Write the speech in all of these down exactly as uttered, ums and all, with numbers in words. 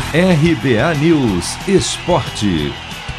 R B A News Esporte.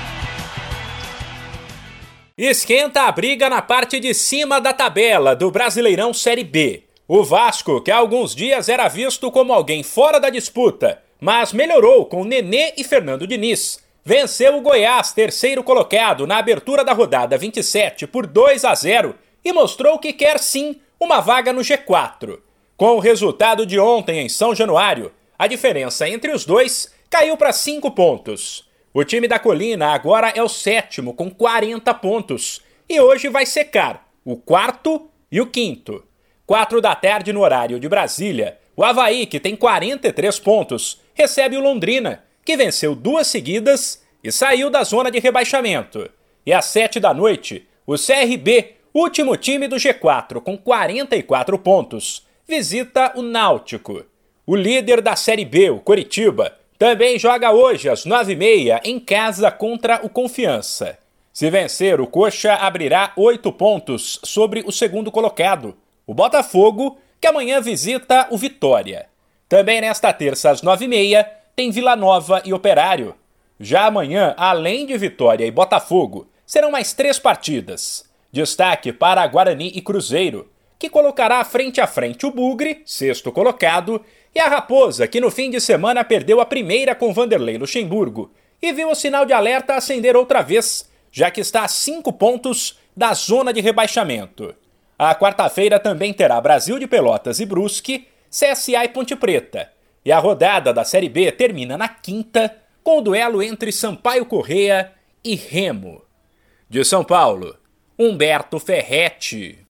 Esquenta a briga na parte de cima da tabela do Brasileirão Série B. O Vasco, que há alguns dias era visto como alguém fora da disputa, mas melhorou com Nenê e Fernando Diniz, venceu o Goiás, terceiro colocado, na abertura da rodada vinte e sete por dois a zero e mostrou que quer sim uma vaga no G quatro. Com o resultado de ontem em São Januário, a diferença entre os dois caiu para cinco pontos. O time da Colina agora é o sétimo com quarenta pontos e hoje vai secar o quarto e o quinto. Quatro da tarde no horário de Brasília, o Avaí, que tem quarenta e três pontos, recebe o Londrina, que venceu duas seguidas e saiu da zona de rebaixamento. E às sete da noite, o C R B, último time do G quatro com quarenta e quatro pontos, visita o Náutico. O líder da Série B, o Coritiba, também joga hoje às nove e meia em casa contra o Confiança. Se vencer, o Coxa abrirá oito pontos sobre o segundo colocado, o Botafogo, que amanhã visita o Vitória. Também nesta terça às nove e meia tem Vila Nova e Operário. Já amanhã, além de Vitória e Botafogo, serão mais três partidas. Destaque para Guarani e Cruzeiro, que colocará frente a frente o Bugre, sexto colocado, e a Raposa, que no fim de semana perdeu a primeira com Vanderlei Luxemburgo e viu o sinal de alerta acender outra vez, já que está a cinco pontos da zona de rebaixamento. A quarta-feira também terá Brasil de Pelotas e Brusque, C S A e Ponte Preta. E a rodada da Série B termina na quinta, com o duelo entre Sampaio Corrêa e Remo. De São Paulo, Humberto Ferretti.